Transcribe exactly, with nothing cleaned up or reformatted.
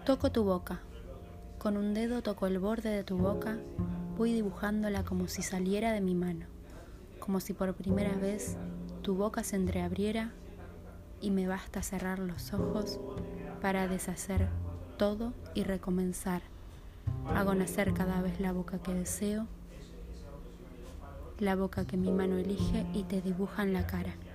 Toco tu boca. Con un dedo toco el borde de tu boca, voy dibujándola como si saliera de mi mano, como si por primera vez tu boca se entreabriera y me basta cerrar los ojos para deshacer todo y recomenzar. Hago nacer cada vez la boca que deseo, la boca que mi mano elige y te dibuja en la cara.